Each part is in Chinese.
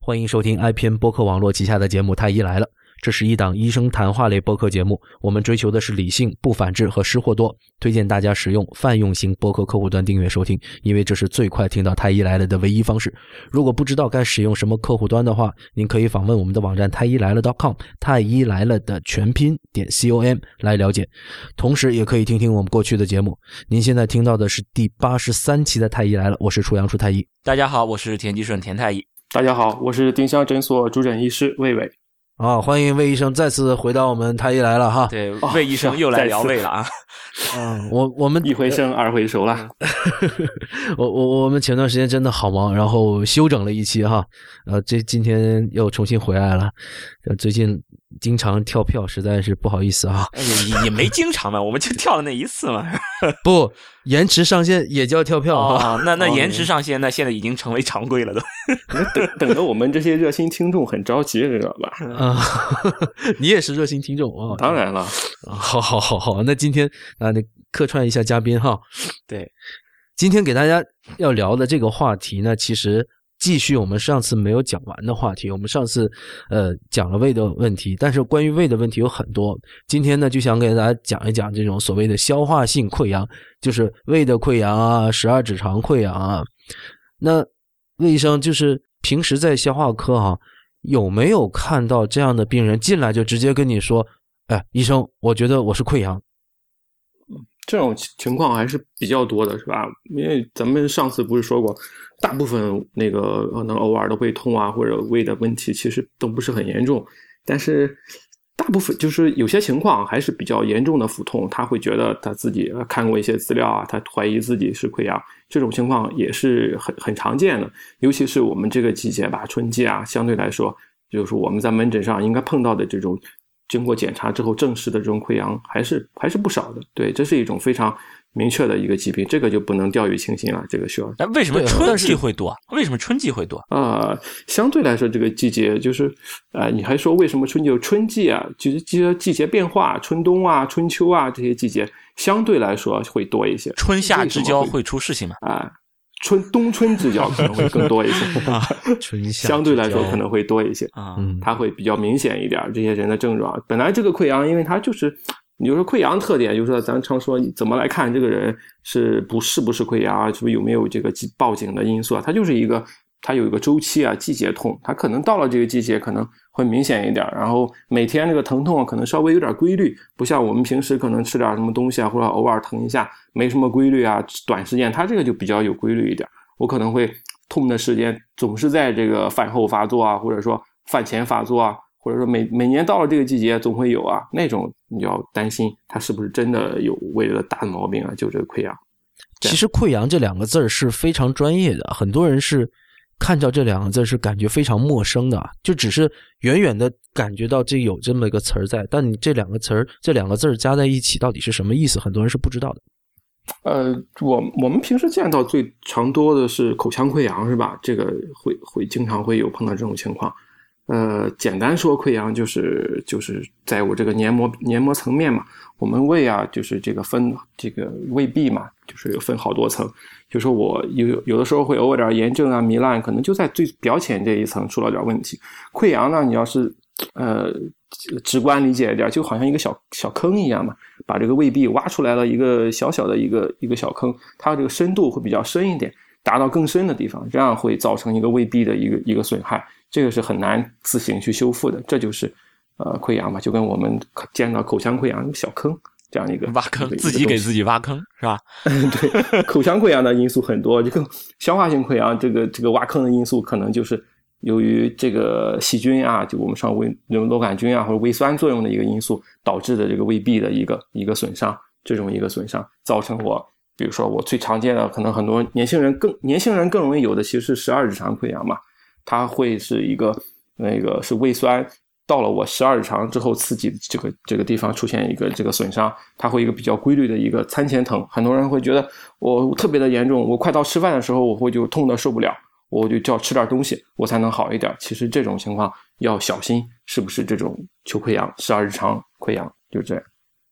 欢迎收听爱篇播客网络旗下的节目《太医来了》，这是一档医生谈话类播客节目，我们追求的是理性、不反制和失货多，推荐大家使用泛用型播客客户端订阅收听，因为这是最快听到太医来了的唯一方式。如果不知道该使用什么客户端的话，您可以访问我们的网站太医来了 .com， 太医来了的全拼.com 来了解，同时也可以听听我们过去的节目。您现在听到的是第83期的太医来了，我是楚阳楚太医。 大家好，我是田吉顺田太医。 大家好，我是丁香诊所主诊医师魏伟。 欢迎魏医生再次回到我们太医来了哈。 对，魏医生又来聊胃了啊。 我们一回生二回熟了。 我们前段时间真的好忙，然后休整了一期哈。今天又重新回来了。最近经常跳票，实在是不好意思啊。 也没经常嘛，我们就跳了那一次嘛。 不，延迟上线也叫跳票啊。那延迟上线，那现在已经成为常规了都。 等得我们这些热心听众很着急，知道吧？ 你也是热心听众啊？ 当然了。 好，那今天那客串一下嘉宾哈。 对， 今天给大家要聊的这个话题呢，其实继续我们上次没有讲完的话题。我们上次讲了胃的问题，但是关于胃的问题有很多。今天呢就想给大家讲一讲这种所谓的消化性溃疡，就是胃的溃疡啊，十二指肠溃疡啊。那魏医生就是平时在消化科啊，有没有看到这样的病人进来就直接跟你说，医生，我觉得我是溃疡？ 这种情况还是比较多的，是吧？因为咱们上次不是说过，大部分那个可能偶尔的胃痛啊，或者胃的问题，其实都不是很严重。但是大部分就是有些情况还是比较严重的腹痛，他会觉得他自己看过一些资料啊，他怀疑自己是溃疡，这种情况也是很常见的。尤其是我们这个季节吧，春季啊，相对来说，就是我们在门诊上应该碰到的这种经过检查之后证实的这种溃疡还是不少的。对，这是一种非常明确的一个疾病，这个就不能掉以轻心了，这个需要。 为什么春季会多？为什么春季会多？ 相对来说这个季节就是你还说为什么春季啊，就是季节变化，春冬啊，春秋啊，这些季节相对来说会多一些。 春夏之交会出事情吗？ 冬春之交可能会更多一些春夏相对来说可能会多一些它会比较明显一点这些人的症状。本来这个溃疡因为它就是你就说溃疡特点，就是说咱常说怎么来看这个人是不是溃疡，是不是有没有这个报警的因素啊？它就是它有一个周期啊，季节痛，它可能到了这个季节可能会明显一点，然后每天这个疼痛可能稍微有点规律，不像我们平时可能吃点什么东西啊，或者偶尔疼一下没什么规律啊，短时间它这个就比较有规律一点。我可能会痛的时间总是在这个饭后发作啊，或者说饭前发作啊，或者说每年到了这个季节总会有啊，那种你要担心它是不是真的有胃的大的毛病啊，就这个溃疡。 其实溃疡这两个字是非常专业的，很多人是看到这两个字是感觉非常陌生的，就只是远远的感觉到这有这么一个词儿在，但你这两个字加在一起到底是什么意思，很多人是不知道的。 我们平时见到最常多的是口腔溃疡，是吧？这个会经常会有碰到这种情况。简单说溃疡就是在我这个黏膜层面嘛，我们胃啊就是这个分这个胃壁嘛，就是有分好多层，就是说我有的时候会偶尔点炎症啊糜烂，可能就在最表浅这一层出了点问题。溃疡呢，你要是直观理解一点，就好像一个小坑一样嘛，把这个胃壁挖出来了一个小小的一个小坑，它这个深度会比较深一点，达到更深的地方，这样会造成一个胃壁的一个损害，这个是很难自行去修复的，这就是溃疡嘛，就跟我们见到口腔溃疡一个小坑这样一个挖坑，自己给自己挖坑是吧？ 对，口腔溃疡的因素很多，这个消化性溃疡这个挖坑的因素可能就是由于这个细菌啊，就我们上流感菌啊或者胃酸作用的一个因素导致的这个胃壁的一个损伤，这种一个损伤造成比如说我最常见的可能很多年轻人更容易有的其实是十二指肠溃疡嘛，它会是一个是胃酸到了我十二指肠之后刺激这个地方出现一个这个损伤，它会一个比较规律的一个餐前疼，很多人会觉得我特别的严重，我快到吃饭的时候我会就痛得受不了，我就要吃点东西我才能好一点。其实这种情况要小心是不是这种球溃疡、十二指肠溃疡，就这样。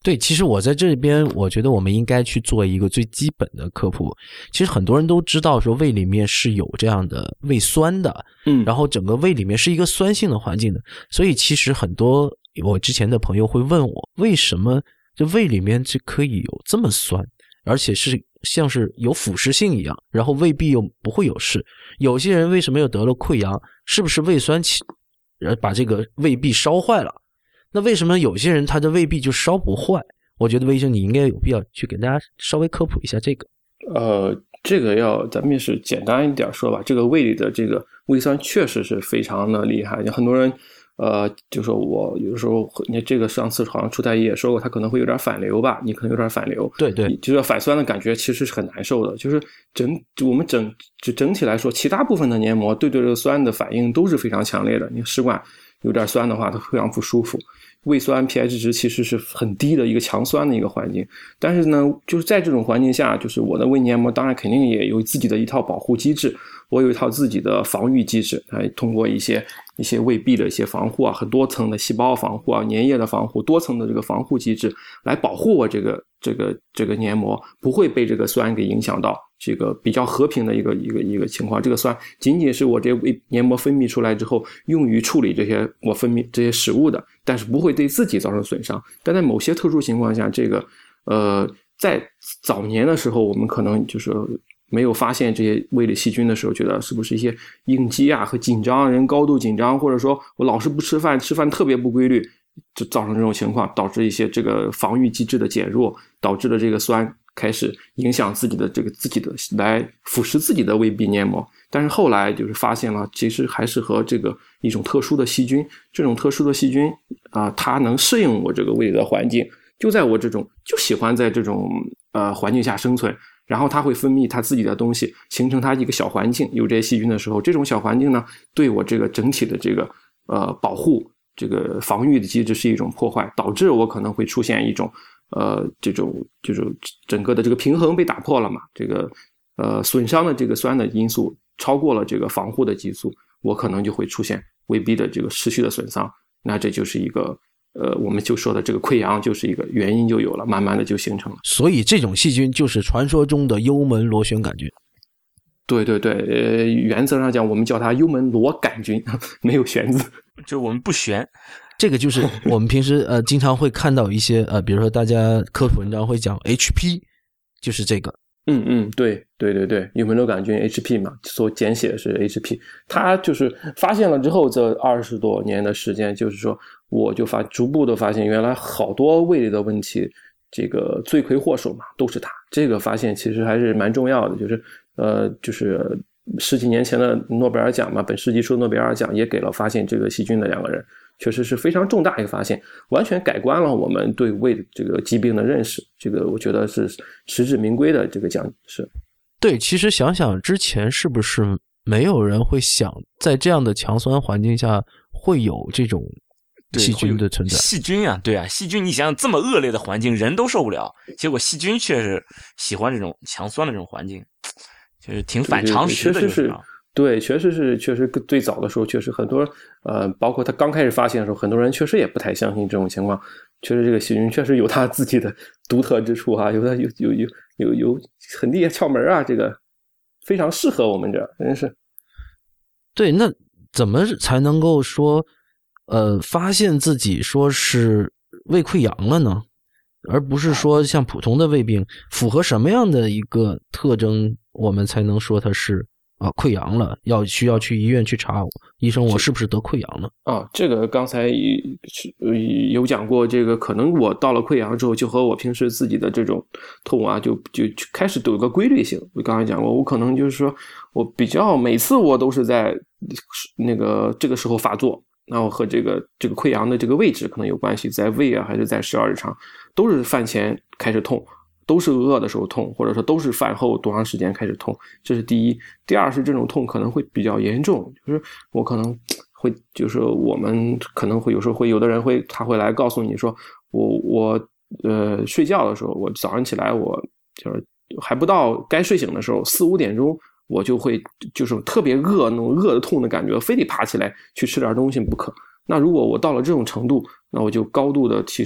对，其实我在这边，我觉得我们应该去做一个最基本的科普。其实很多人都知道说胃里面是有这样的胃酸的，然后整个胃里面是一个酸性的环境的，所以其实很多我之前的朋友会问我，为什么这胃里面就可以有这么酸，而且是像是有腐蚀性一样，然后胃壁又不会有事。有些人为什么又得了溃疡，是不是胃酸把这个胃壁烧坏了？那为什么有些人他的胃壁就烧不坏？我觉得魏医生你应该有必要去给大家稍微科普一下这个。 这个咱们也是简单一点说吧。这个胃里的这个胃酸确实是非常的厉害，很多人就说我有时候你这个上次好像出太医也说过，他可能会有点反流吧，你可能有点反流， 对对， 就是反酸的感觉其实是很难受的。就是我们整体来说，其他部分的黏膜对这个酸的反应都是非常强烈的。你食管有点酸的话，它非常不舒服。胃酸 pH 值其实是很低的一个强酸的一个环境，但是呢，就是在这种环境下，就是我的胃黏膜当然肯定也有自己的一套保护机制，我有一套自己的防御机制，通过一些胃壁的一些防护啊，很多层的细胞防护啊，粘液的防护，多层的这个防护机制来保护我这个黏膜不会被这个酸给影响到，这个比较和平的一个情况。这个酸仅仅是我这胃黏膜分泌出来之后用于处理这些我分泌这些食物的，但是不会对自己造成损伤。但在某些特殊情况下，这个在早年的时候我们可能就是没有发现这些胃里细菌的时候，觉得是不是一些应激啊和紧张，人高度紧张，或者说我老是不吃饭，吃饭特别不规律，就造成这种情况，导致一些这个防御机制的减弱，导致了这个酸开始影响自己的来腐蚀自己的胃壁黏膜。但是后来就是发现了，其实还是和这个一种特殊的细菌，这种特殊的细菌它能适应我这个胃的环境，就喜欢在这种环境下生存。然后它会分泌它自己的东西，形成它一个小环境。有这些细菌的时候，这种小环境呢，对我这个整体的这个保护这个防御的机制是一种破坏，导致我可能会出现一种这种整个的这个平衡被打破了嘛。这个损伤的这个酸的因素超过了这个防护的激素，我可能就会出现胃壁的这个持续的损伤。那这就是一个我们就说的这个溃疡就是一个原因就有了，慢慢的就形成了。 所以这种细菌就是传说中的幽门螺旋杆菌。 对对对，原则上讲我们叫它幽门螺杆菌，没有旋字， 就我们不旋。 这个就是我们平时经常会看到一些比如说大家科普文章会讲 HP， 就是这个。 对，幽门螺杆菌 HP 嘛，所简写是 HP。它就是发现了之后，这20多年的时间，就是说我就逐步的发现，原来好多胃里的问题，这个罪魁祸首嘛，都是它。这个发现其实还是蛮重要的，就是10几年前的诺贝尔奖嘛，本世纪初诺贝尔奖也给了发现这个细菌的2个人，确实是非常重大一个发现，完全改观了我们对胃这个疾病的认识。这个我觉得是实至名归的这个奖是。 对，其实想想之前是不是没有人会想在这样的强酸环境下会有这种细菌的存在？ 细菌啊，对啊，细菌你想想这么恶劣的环境人都受不了，结果细菌却是喜欢这种强酸的这种环境，就是挺反常识的。 对，确实最早的时候确实很多包括他刚开始发现的时候，很多人确实也不太相信这种情况。确实这个细菌确实有它自己的独特之处啊，有很厉害窍门啊，这个非常适合我们这，真是。 对，那怎么才能够说发现自己说是胃溃疡了呢？而不是说像普通的胃病，符合什么样的一个特征我们才能说它是溃疡了，需要去医院去查医生我是不是得溃疡了这个刚才有讲过，这个可能我到了溃疡之后，就和我平时自己的这种痛啊，就开始都有个规律性。我刚才讲过，我可能就是说我比较每次我都是在这个时候发作，那我和这个溃疡的这个位置可能有关系，在胃啊还是在12日肠，都是饭前开始痛，都是饿的时候痛，或者说都是饭后多长时间开始痛，这是第一。第二是这种痛可能会比较严重，就是我可能会就是我们可能会有时候会有的人他会来告诉你说我睡觉的时候，我早上起来我就是还不到该睡醒的时候4、5点钟，我就会就是特别饿，那种饿的痛的感觉，非得爬起来去吃点东西不可。那如果我到了这种程度，那我就高度的提示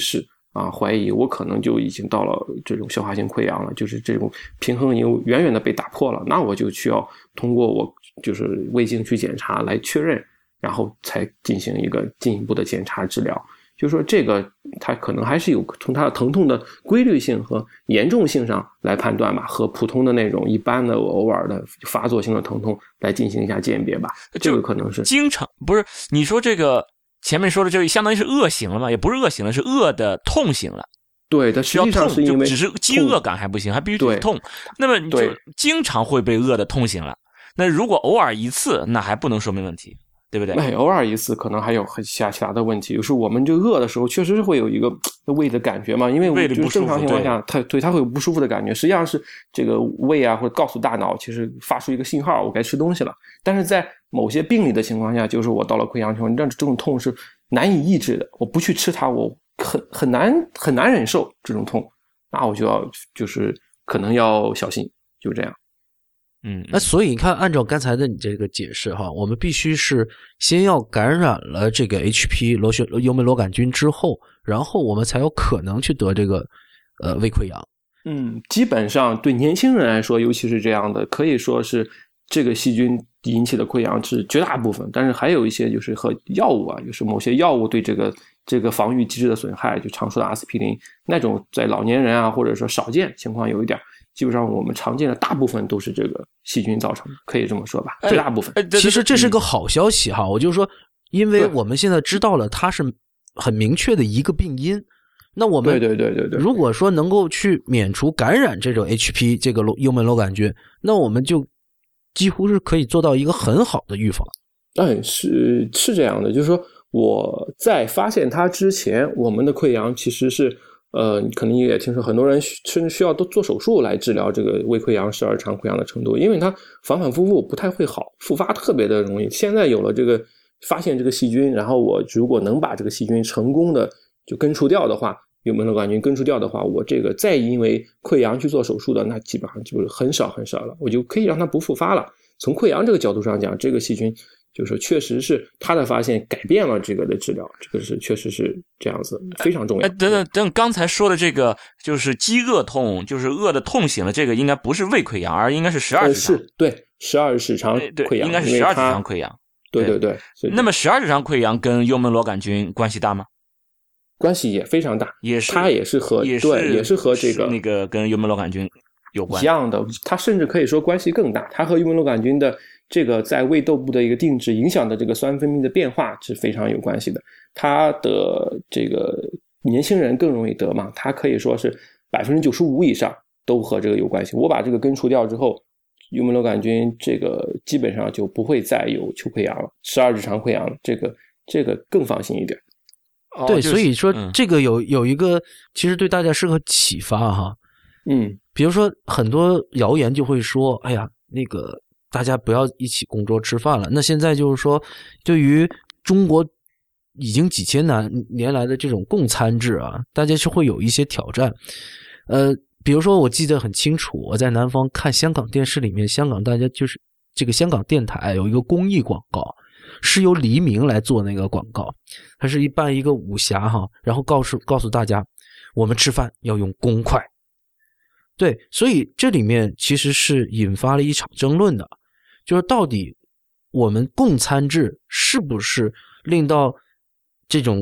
怀疑我可能就已经到了这种消化性溃疡了，就是这种平衡又远远的被打破了，那我就需要通过我就是胃镜去检查来确认，然后才进行一个进一步的检查治疗。就是说这个它可能还是有从它的疼痛的规律性和严重性上来判断吧，和普通的那种一般的偶尔的发作性的疼痛来进行一下鉴别吧。这个可能是经常不是你说这个前面说的这个相当于是恶醒了嘛，也不是恶醒了，是饿的痛醒了。 对，它实际上是因为只是饥饿感还不行，还必须得痛。那么你就经常会被饿的痛醒了。那如果偶尔一次，那还不能说明问题。对不对？ 偶尔一次可能还有其他的问题。有时候我们就饿的时候，确实是会有一个胃的感觉嘛，因为就是正常情况下，它会有不舒服的感觉。实际上是这个胃啊，或者告诉大脑，其实发出一个信号，我该吃东西了。但是在某些病理的情况下，就是我到了溃疡情况，这种痛是难以抑制的。我不去吃它，我很难忍受这种痛，那我就是可能要小心，就这样。 那所以你看，按照刚才的你这个解释哈，我们必须是先要感染了这个 HP 幽门螺杆菌之后，然后我们才有可能去得这个胃溃疡。 基本上对年轻人来说，尤其是这样的，可以说是这个细菌引起的溃疡是绝大部分，但是还有一些就是和药物啊，就是某些药物对这个防御机制的损害，就常说的阿司匹林那种，在老年人啊，或者说少见情况有一点。基本上我们常见的大部分都是这个细菌造成的，可以这么说吧，绝大部分。 其实这是个好消息哈，我就说，因为我们现在知道了它是很明确的一个病因，那我们对， 如果说能够去免除感染这种 HP 这个幽门螺杆菌，那我们就几乎是可以做到一个很好的预防。 是这样的，就是说我在发现它之前，我们的溃疡其实是可能也听说很多人甚至需要都做手术来治疗这个胃溃疡、十二指肠溃疡的程度，因为它反反复复不太会好，复发特别的容易。现在有了这个发现这个细菌，然后我如果能把这个细菌成功的就根除掉的话，幽门螺杆菌根除掉的话，我这个再因为溃疡去做手术的，那基本上就是很少了，我就可以让它不复发了。从溃疡这个角度上讲，这个细菌就是确实是它的发现改变了这个的治疗，这个是确实是这样子，非常重要。 等刚才说的这个就是饥饿痛，就是饿的痛醒了，这个应该不是胃溃疡，而应该是十二指肠。 是对12指肠溃疡， 应该是12指肠溃疡。 对。 那么12指肠溃疡跟幽门螺杆菌关系大吗？ 关系也非常大，它也是和这个那个跟幽门螺杆菌有关一样的，它甚至可以说关系更大。它和幽门螺杆菌的这个在胃窦部的一个定制影响的这个酸分泌的变化是非常有关系的。它的这个年轻人更容易得嘛，它可以说是95%以上都和这个有关系。我把这个根除掉之后，幽门螺杆菌这个基本上就不会再有丘溃疡了，12指肠溃疡了，这个更放心一点。 对，所以说这个有一个其实对大家是个启发哈。比如说很多谣言就会说，哎呀，那个大家不要一起共桌吃饭了。那现在就是说，对于中国已经几千年来的这种共餐制啊，大家是会有一些挑战。比如说我记得很清楚，我在南方看香港电视里面，香港大家就是这个香港电台有一个公益广告，是由黎明来做那个广告，他是办一个武侠哈，然后告诉大家，我们吃饭要用公筷。对，所以这里面其实是引发了一场争论的，就是到底我们共餐制是不是令到这种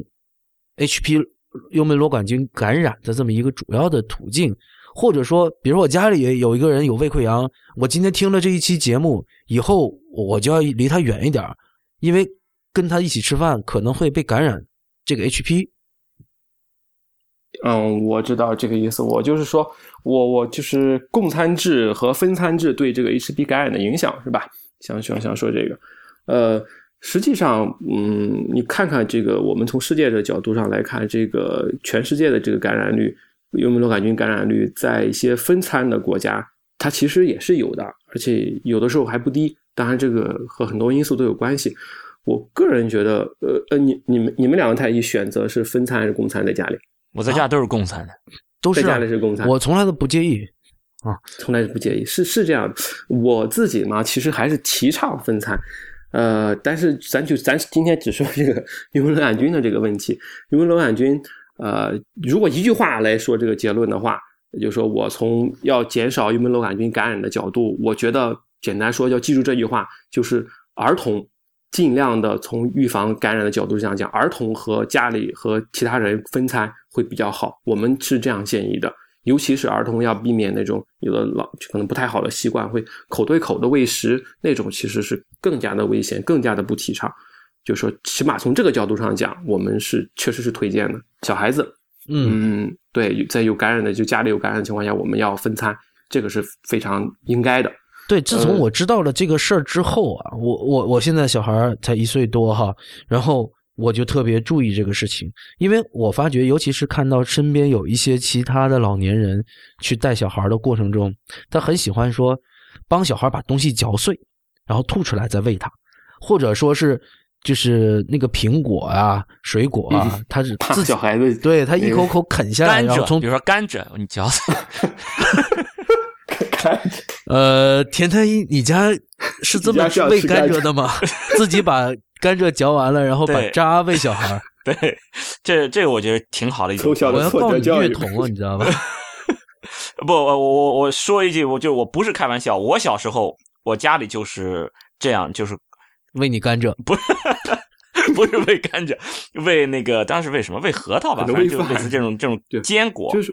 HP 幽门螺杆菌感染的这么一个主要的途径，或者说比如说我家里有一个人有胃溃疡，我今天听了这一期节目以后，我就要离他远一点，因为跟他一起吃饭可能会被感染这个 HP。 我知道这个意思。我就是说我就是共餐制和分餐制对这个 HP 感染的影响是吧？想说这个。实际上你看看这个，我们从世界的角度上来看，这个全世界的这个感染率，幽门螺杆菌感染率在一些分餐的国家它其实也是有的，而且有的时候还不低。当然这个和很多因素都有关系。我个人觉得你们两个太医选择是分餐还是共餐在家里？ 我在家都是共餐的， 都是在家里是共餐， 我从来都不介意啊， 从来不介意，是这样的。我自己嘛，其实还是提倡分餐，但是咱今天只说这个幽门螺杆菌的这个问题。幽门螺杆菌， 如果一句话来说这个结论的话，也就是说我从要减少幽门螺杆菌感染的角度，我觉得简单说要记住这句话，就是儿童尽量的从预防感染的角度上讲，儿童和家里和其他人分餐会比较好，我们是这样建议的。尤其是儿童要避免那种有的可能不太好的习惯，会口对口的喂食，那种其实是更加的危险，更加的不提倡。就是说起码从这个角度上讲，我们是确实是推荐的。小孩子对，在有感染的就家里有感染的情况下，我们要分餐，这个是非常应该的。 对，自从我知道了这个事儿之后啊，我现在小孩才1岁多哈，然后我就特别注意这个事情，因为我发觉尤其是看到身边有一些其他的老年人去带小孩的过程中，他很喜欢说帮小孩把东西嚼碎然后吐出来再喂他，或者说是就是那个苹果啊水果啊，他是自己小孩子对他一口口啃下来，然后从比如说甘蔗你嚼碎甜甜一你家是这么喂甘蔗的吗？自己把甘蔗嚼完了，然后把渣喂小孩。 对，这个我觉得挺好的一种。 我要告你虐童了，你知道吧？ 不，我说一句，我不是开玩笑。我小时候，我家里就是这样，就是喂你甘蔗， 不是喂甘蔗，喂那个当时喂什么？喂核桃吧，反正就类似这种坚果， 就是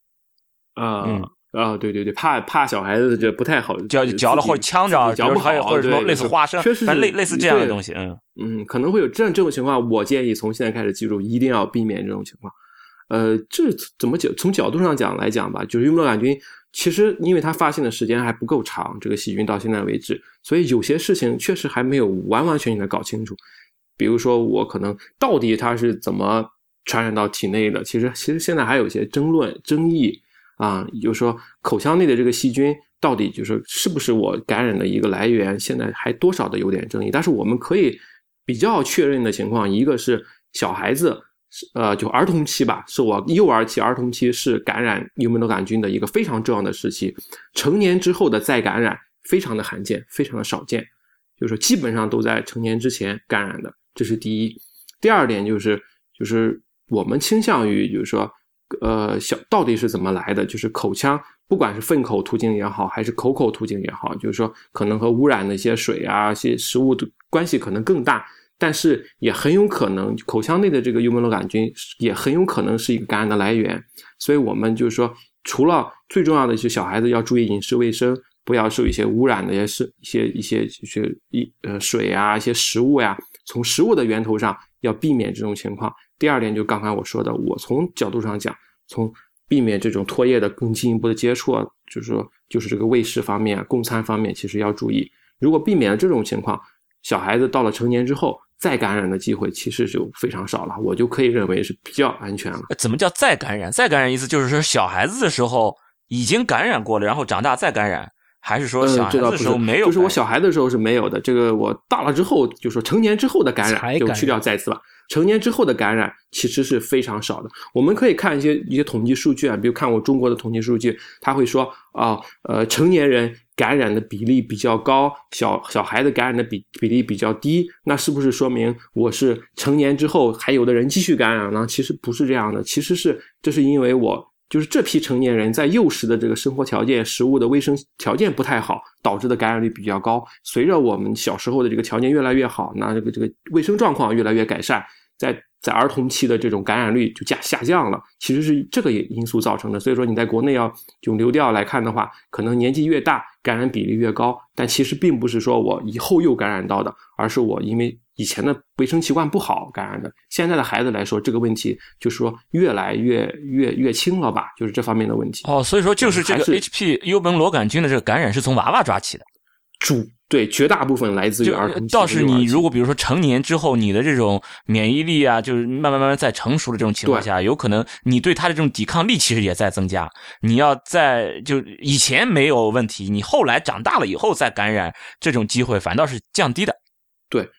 对，怕小孩子这不太好， 嚼了或者呛着， 嚼不好， 或者什么类似花生，反正类似这样的东西， 可能会有这种情况。我建议从现在开始记住，一定要避免这种情况。这怎么讲？从角度上讲来讲吧，就是幽门螺杆菌，其实因为它发现的时间还不够长，这个细菌到现在为止，所以有些事情确实还没有完完全全的搞清楚。比如说，我可能到底它是怎么传染到体内的，其实现在还有一些争议。就是说口腔内的这个细菌到底是不是我感染的一个来源，现在还多少的有点争议。但是我们可以比较确认的情况，一个是小孩子就儿童期吧，是我幼儿期儿童期是感染幽门螺杆菌的一个非常重要的时期，成年之后的再感染非常的罕见，非常的少见，就是说基本上都在成年之前感染的，这是第一。第二点就是我们倾向于就是说到底是怎么来的，就是口腔不管是粪口途径也好还是口途径也好，就是说可能和污染的一些水啊一些食物的关系可能更大，但是也很有可能口腔内的这个幽门螺杆菌也很有可能是一个感染的来源。所以我们就是说除了最重要的是小孩子要注意饮食卫生，不要受一些污染的一些水啊一些食物呀，从食物的源头上要避免这种情况。第二点就刚才我说的，我从角度上讲，从避免这种唾液的更进一步的接触，就是这个喂食方面供餐方面其实要注意。如果避免了这种情况，小孩子到了成年之后再感染的机会其实就非常少了，我就可以认为是比较安全了。 怎么叫再感染？再感染意思就是说小孩子的时候已经感染过了，然后长大再感染，还是说小孩子的时候没有？ 就是我小孩的时候是没有的，这个我大了之后，就说成年之后的感染就去掉再次吧。成年之后的感染其实是非常少的。我们可以看一些统计数据啊，比如看我中国的统计数据，他会说成年人感染的比例比较高，小孩的感染的比例比较低，那是不是说明我是成年之后还有的人继续感染呢？其实不是这样的，其实这是因为我就是这批成年人在幼时的这个生活条件食物的卫生条件不太好，导致的感染率比较高。随着我们小时候的这个条件越来越好，那这个卫生状况越来越改善，在儿童期的这种感染率就下降了，其实是这个因素造成的。所以说你在国内要用流调来看的话，可能年纪越大感染比例越高，但其实并不是说我以后又感染到的，而是我因为以前的卫生习惯不好感染的。现在的孩子来说，这个问题就是说越来越轻了吧，就是这方面的问题。 所以说就是这个 HP 幽门螺杆菌的这个感染是从娃娃抓起的。 对，绝大部分来自于儿童期。 倒是你如果比如说成年之后，你的这种免疫力啊，就是慢慢在成熟的这种情况下，有可能你对它的这种抵抗力其实也在增加。你要就以前没有问题，你后来长大了以后再感染，这种机会反倒是降低的。 对，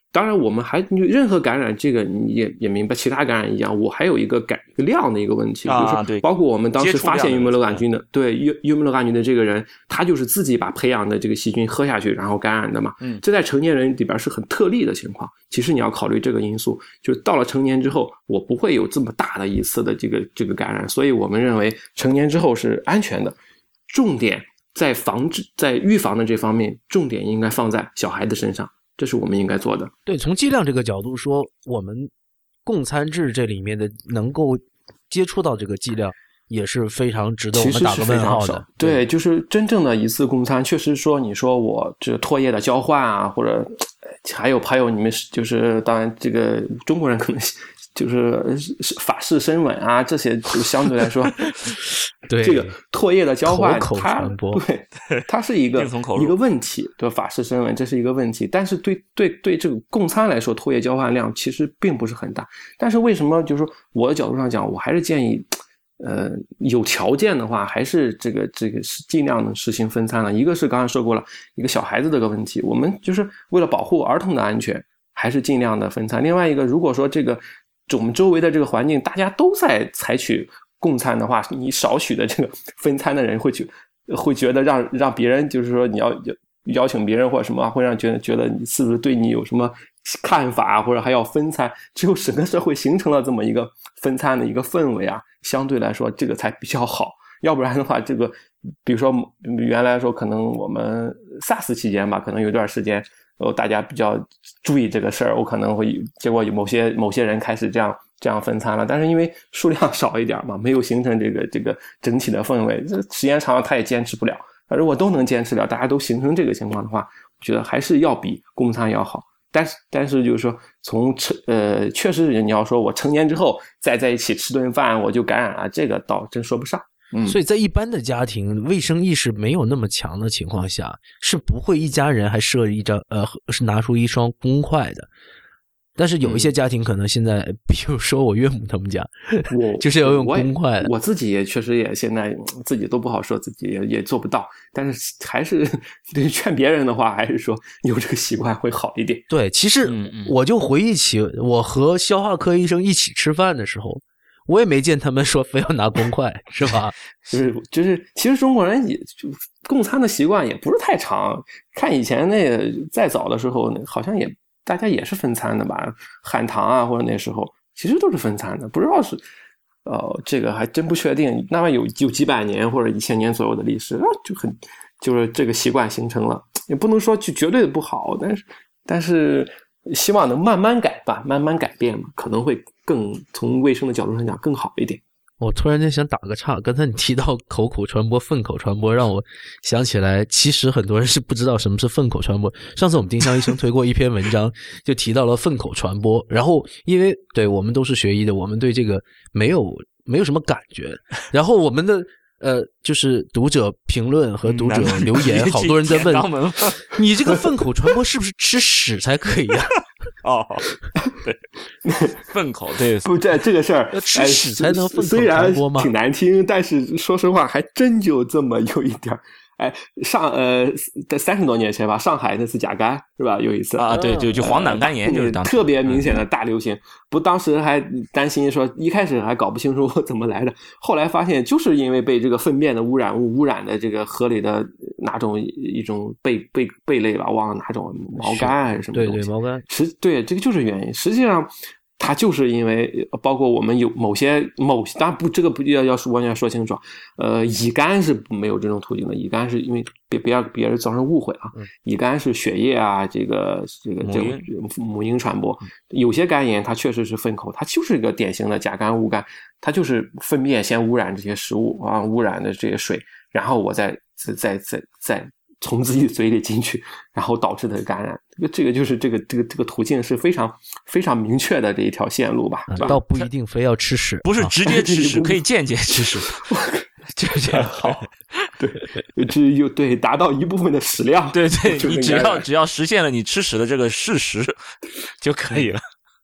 当然我们还任何感染，这个你也明白，其他感染一样，我还有一个量的一个问题，就是包括我们当时发现幽门螺杆菌的，对幽门螺杆菌的这个人，他就是自己把培养的这个细菌喝下去，然后感染的嘛。这在成年人里边是很特例的情况。其实你要考虑这个因素，就是到了成年之后，我不会有这么大的一次的这个感染，所以我们认为成年之后是安全的。重点在预防的这方面，重点应该放在小孩子身上。这是我们应该做的。 对，从剂量这个角度说，我们共餐制这里面的能够接触到这个剂量，也是非常值得我们打个问号的。 对，就是真正的一次共餐，确实说你说我这唾液的交换啊，或者还有你们就是当然这个中国人可能就是法式深吻啊，这些就相对来说， 对这个唾液的交换， 口传播， 对，它是一个问题，对，法式深吻这是一个问题，但是对这个共餐来说，唾液交换量其实并不是很大。但是为什么就是说我的角度上讲，我还是建议，有条件的话，还是这个是尽量的实行分餐了。一个是刚才说过了，一个小孩子这个问题，我们就是为了保护儿童的安全，还是尽量的分餐。另外一个，如果说我们周围的这个环境大家都在采取共餐的话，你少许的这个分餐的人会觉得让别人就是说你要邀请别人或者什么，会让觉得你是不是对你有什么看法，或者还要分餐，只有整个社会形成了这么一个分餐的一个氛围啊，相对来说这个才比较好。要不然的话，这个比如说原来说可能我们 SARS 期间吧，可能有段时间大家比较注意这个事儿，我可能会结果有某些人开始这样分餐了，但是因为数量少一点嘛，没有形成这个整体的氛围，这时间长了他也坚持不了。如果都能坚持了，大家都形成这个情况的话，我觉得还是要比共餐要好。但是就是说确实你要说我成年之后再在一起吃顿饭我就感染了，这个倒真说不上。 所以在一般的家庭卫生意识没有那么强的情况下，是不会一家人还设一张是拿出一双公筷的。但是有一些家庭可能现在比如说我岳母他们家就是要用公筷的。 我自己也确实也现在自己都不好说，自己也做不到，但是还是对劝别人的话，还是说有这个习惯会好一点。 对，其实我就回忆起我和消化科医生一起吃饭的时候，我也没见他们说非要拿公筷，是吧？ 就是其实中国人也就共餐的习惯也不是太长，看以前那个再早的时候好像也大家也是分餐的吧，汉唐啊或者那时候其实都是分餐的，不知道是这个还真不确定，那么有几百年或者1000年左右的历史，就是这个习惯形成了，也不能说就绝对的不好，但是希望能慢慢改变嘛，可能会更从卫生的角度上讲更好一点。 我突然间想打个岔，刚才你提到口传播、粪口传播，让我想起来，其实很多人是不知道什么是粪口传播。上次我们丁香医生推过一篇文章，就提到了粪口传播。然后，因为对我们都是学医的，我们对这个没有什么感觉。然后我们的就是读者评论和读者留言，好多人在问你这个粪口传播是不是吃屎才可以呀？ 对，粪口对， 不这个事儿吃屎才能粪口传播吗？ 虽然挺难听，但是说实话还真就这么有一点。在30多年前吧，上海那次甲肝是吧？有一次啊，对，就黄疸肝炎就是当时特别明显的大流行。不，当时还担心说，一开始还搞不清楚怎么来的，后来发现就是因为被这个粪便的污染物污染的这个河里的哪种一种贝类吧，忘了哪种毛肝还是什么东西。 对毛肝。 对，这个就是原因。实际上。它就是因为包括我们有某些当然不这个不要完全说清楚，乙肝是没有这种途径的，乙肝是因为别让别人造成误会啊，乙肝是血液啊这个母婴传播，有些肝炎它确实是粪口，它就是一个典型的甲肝误肝，它就是粪便先污染这些食物啊，污染的这些水，然后我再从自己嘴里进去，然后导致的感染，这个就是这个途径是非常非常明确的这一条线路吧， 倒不一定非要吃屎， 不是直接吃屎，可以间接吃屎， 就这样好，对，达到一部分的屎量， 对，你只要实现了你吃屎的这个事实就可以了。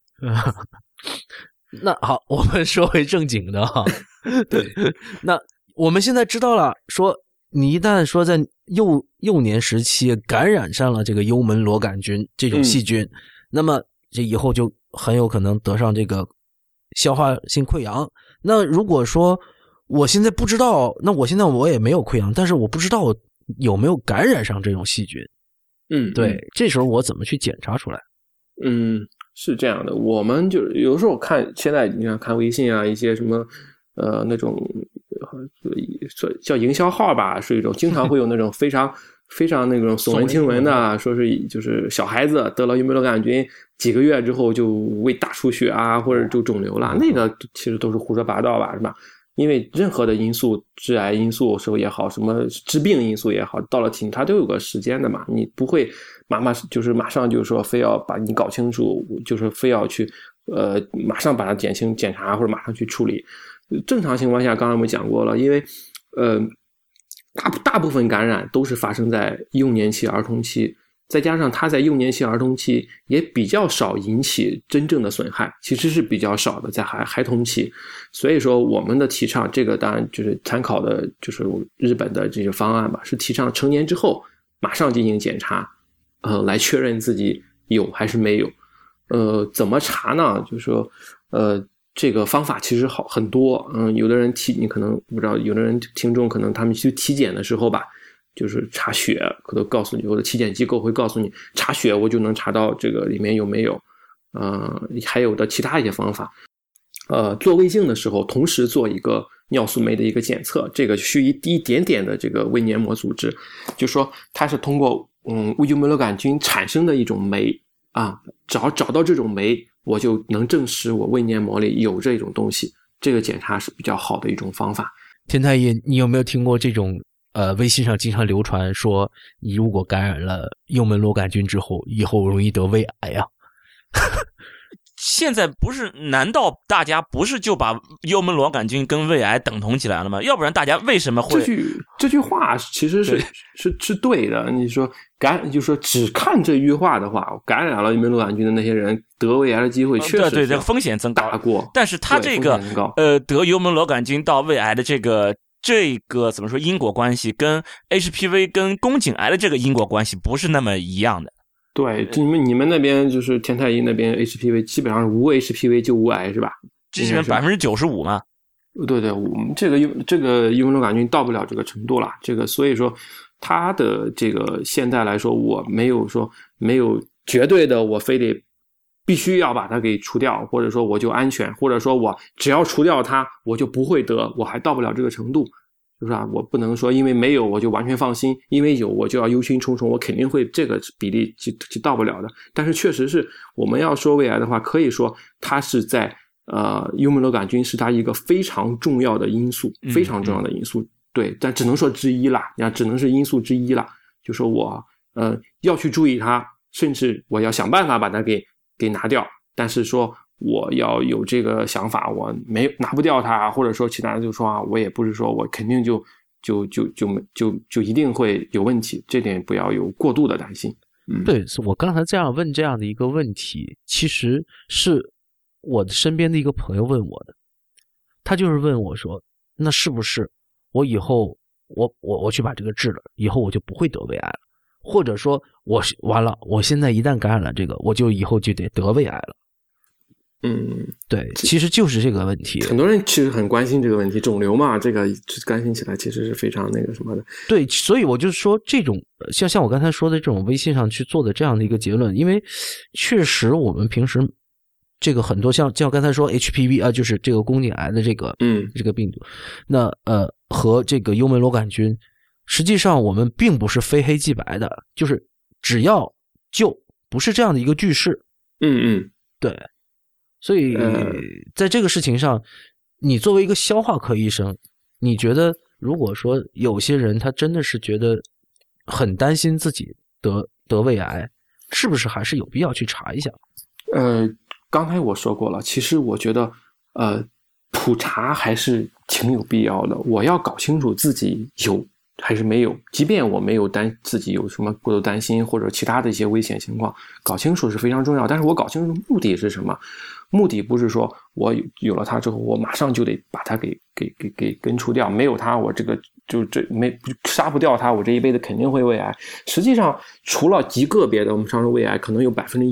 那好，我们说回正经的哈，对，那我们现在知道了，说你一旦说在幼年时期感染上了这个幽门螺杆菌这种细菌， 那么这以后就很有可能得上这个消化性溃疡。那如果说我现在不知道，那我现在我也没有溃疡，但是我不知道我有没有感染上这种细菌。对，这时候我怎么去检查出来？ 是这样的，我们就有时候看，现在你看微信啊，一些什么那种叫营销号吧，是一种经常会有那种非常那种耸人听闻的，说是就是小孩子得了幽门螺杆菌几个月之后就胃大出血啊，或者就肿瘤了，那个其实都是胡说八道吧，是吧？因为任何的因素，致癌因素也好，什么致病因素也好，到了体它都有个时间的嘛，你不会马上就是说非要把你搞清楚，就是非要去马上把它检查或者马上去处理。正常情况下，刚才我们讲过了，因为大部分感染都是发生在幼年期、儿童期。再加上它在幼年期、儿童期也比较少引起真正的损害，其实是比较少的，在孩童期。所以说我们的提倡，这个当然就是参考的就是日本的这个方案吧，是提倡成年之后马上进行检查，来确认自己有还是没有。怎么查呢？就是说这个方法其实很多。有的人你可能不知道，有的人听众可能他们去体检的时候吧，就是查血，可能告诉你，或者体检机构会告诉你，查血我就能查到这个里面有没有。还有的其他一些方法。做胃镜的时候，同时做一个尿素酶的一个检测，这个需一点点的这个胃黏膜组织，就说它是通过幽门螺杆菌产生的一种酶啊，找到这种酶，我就能证实我胃黏膜里有这种东西。这个检查是比较好的一种方法。 田太医，你有没有听过这种微信上经常流传说，你如果感染了幽门螺杆菌之后，以后容易得胃癌啊？ 现在难道大家不是就把幽门螺杆菌跟胃癌等同起来了吗？要不然大家为什么会这句话其实是对的。你说就是说只看这句话的话，感染了幽门螺杆菌的那些人得胃癌的机会确实对这个风险增高过。 但是他这个得幽门螺杆菌到胃癌的这个怎么说因果关系，跟 HPV 跟宫颈癌的这个因果关系不是那么一样的。 对，你们那边就是田太医那边 HPV 基本上无 HPV 就无癌是吧？ 基本95%嘛。 对，我们这个幽门螺杆菌到不了这个程度了。这个所以说它的这个现在来说，我没有绝对的我非得必须要把它给除掉，或者说我就安全，或者说我只要除掉它我就不会得，我还到不了这个程度。是吧？我不能说因为没有我就完全放心，因为有我就要忧心忡忡，我肯定会这个比例就到不了的。但是确实是我们要说胃癌的话，可以说它是在幽门螺杆菌是它一个非常重要的因素，非常重要的因素。对，但只能说之一啦，只能是因素之一啦。就说我要去注意它，甚至我要想办法把它给拿掉。但是说我要有这个想法，我拿不掉它，或者说其他人就说我也不是说我肯定就一定会有问题，这点不要有过度的担心。 对，我刚才这样的一个问题，其实是我身边的一个朋友问我的，他就是问我说，那是不是我以后我去把这个治了，以后我就不会得胃癌了，或者说完了，我现在一旦感染了这个，我就以后就得得胃癌了。对，其实就是这个问题。 很多人其实很关心这个问题，肿瘤嘛，这个关心起来其实是非常那个什么的。 对，所以我就说这种像我刚才说的这种微信上去做的这样的一个结论，因为确实我们平时这个很多像刚才说 HPV 就是这个宫颈癌的这个病毒，那和这个幽门螺杆菌，实际上我们并不是非黑即白的，就是只要不是这样的一个句式。对。所以在这个事情上，你作为一个消化科医生，你觉得如果说有些人他真的是觉得很担心自己得胃癌，是不是还是有必要去查一下？ 刚才我说过了，其实我觉得普查还是挺有必要的。我要搞清楚自己还是没有，即便我没有自己有什么过多担心或者其他的一些危险情况，搞清楚是非常重要。但是我搞清楚目的是什么？目的不是说我有了它之后，我马上就得把它给根除掉，没有它，我这个杀不掉它，我这一辈子肯定会胃癌。实际上，除了极个别的，我们常说胃癌可能有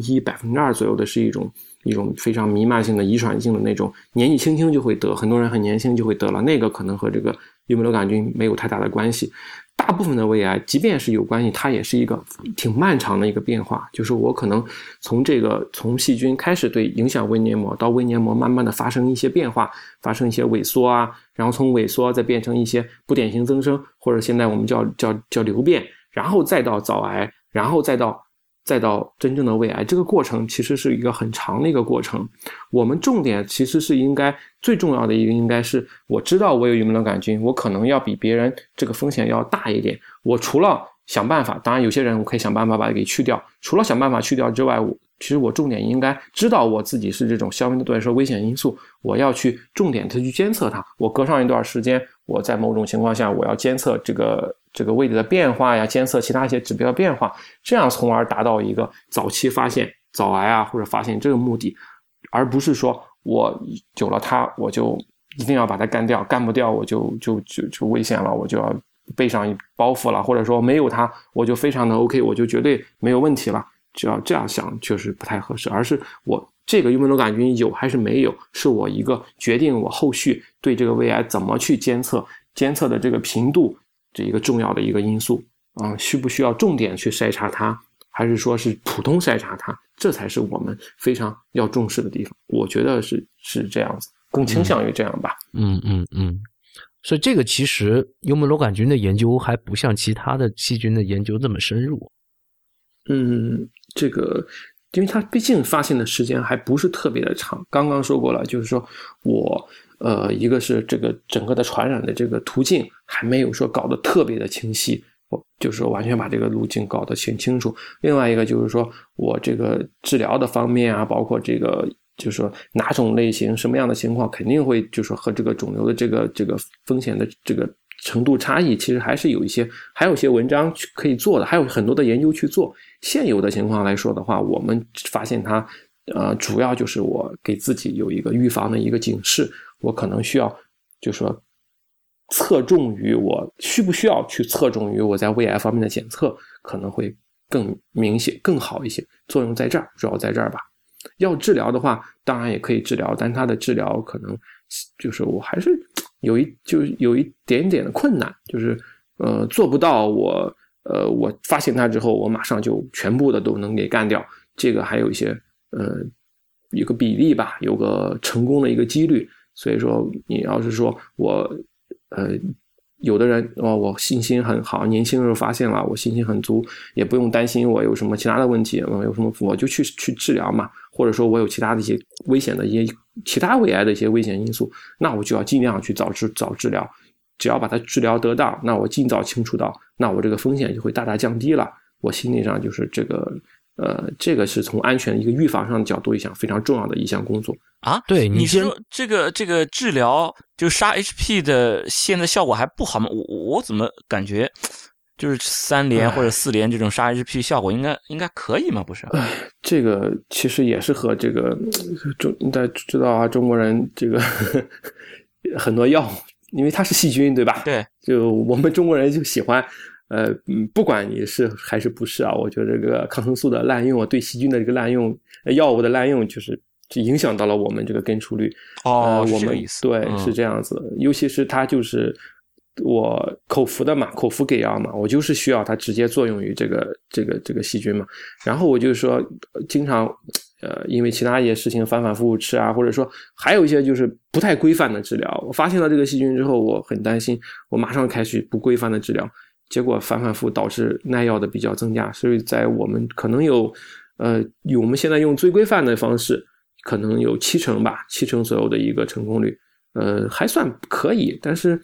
1%、2%左右的是一种非常弥漫性的遗传性的那种，年纪轻轻就会得，很多人很年轻就会得了，那个可能和这个幽门螺杆菌没有太大的关系。大部分的胃癌即便是有关系，它也是一个挺漫长的一个变化，就是我可能从细菌开始对影响胃黏膜，到胃黏膜慢慢的发生一些变化，发生一些萎缩啊，然后从萎缩再变成一些不典型增生，或者现在我们叫瘤变，然后再到早癌，然后再到真正的胃癌，这个过程其实是一个很长的一个过程。我们重点其实是最重要的一个应该是，我知道我有幽门螺杆菌，我可能要比别人这个风险要大一点。我除了想办法，当然有些人我可以想办法把它给去掉，除了想办法去掉之外，其实我重点应该知道我自己是这种消灭对说危险因素，我要去重点的去监测它。我隔上一段时间，我在某种情况下我要监测这个位置的变化呀，监测其他一些指标的变化，这样从而达到一个早期发现早癌啊或者发现这个目的，而不是说我有了它我就一定要把它干掉，干不掉我就危险了，我就要背上一包袱了，或者说没有它我就非常的 OK， 我就绝对没有问题了，只要这样想确实不太合适，而是我这个幽门螺杆菌有还是没有，是我一个决定我后续对这个胃癌怎么去监测的这个频度，这一个重要的一个因素需不需要重点去筛查它，还是说是普通筛查它，这才是我们非常要重视的地方。我觉得是这样子，更倾向于这样吧。 所以这个其实幽门螺杆菌的研究还不像其他的细菌的研究这么深入。 这个因为它毕竟发现的时间还不是特别的长，刚刚说过了，就是说我一个是这个整个的传染的这个途径还没有说搞得特别的清晰，我就是说完全把这个路径搞得很清楚。另外一个就是说我这个治疗的方面啊，包括这个就是说哪种类型什么样的情况肯定会就是说和这个肿瘤的这个风险的这个程度差异，其实还有一些文章可以做的，还有很多的研究去做。现有的情况来说的话，我们发现它主要就是我给自己有一个预防的一个警示，我可能需要就是说侧重于我需不需要去侧重于我在胃癌方面的检测，可能会更明显更好一些，作用在这儿，主要在这儿吧。要治疗的话当然也可以治疗，但它的治疗可能就是我还是有一点点的困难，就是做不到我发现它之后我马上就全部的都能给干掉，这个还有一些有个比例吧，有个成功的一个几率。所以说你要是说我有的人我信心很好，年轻人发现了，我信心很足，也不用担心我有什么其他的问题，有什么我就去治疗嘛，或者说我有其他的一些危险的一些其他胃癌的一些危险因素，那我就要尽量去早治疗，只要把它治疗得当，那我尽早清除到，那我这个风险就会大大降低了。我心理上就是这个是从安全一个预防上的角度一项非常重要的一项工作啊。对，你说这个治疗就杀 HP 的现在效果还不好吗？我怎么感觉就是3联或者4联这种杀 HP 效果应该可以吗？不是？ 这个其实也是和这个大家知道啊，中国人这个很多药，因为它是细菌，对吧？对，就我们中国人就喜欢。不管你是还是不是啊，我觉得这个抗生素的滥用，对细菌的这个滥用，药物的滥用，就影响到了我们这个根除率。我们是这个意思。 对，是这样子。尤其是它就是我口服的嘛，口服给药嘛，我就是需要它直接作用于这个细菌嘛。然后我就说，经常因为其他一些事情反反复复吃啊，或者说还有一些就是不太规范的治疗。我发现了这个细菌之后，我很担心，我马上开始不规范的治疗。结果反反复导致耐药的比较增加，所以在我们可能有我们现在用最规范的方式，可能有70%吧，70%左右的一个成功率，还算可以，但是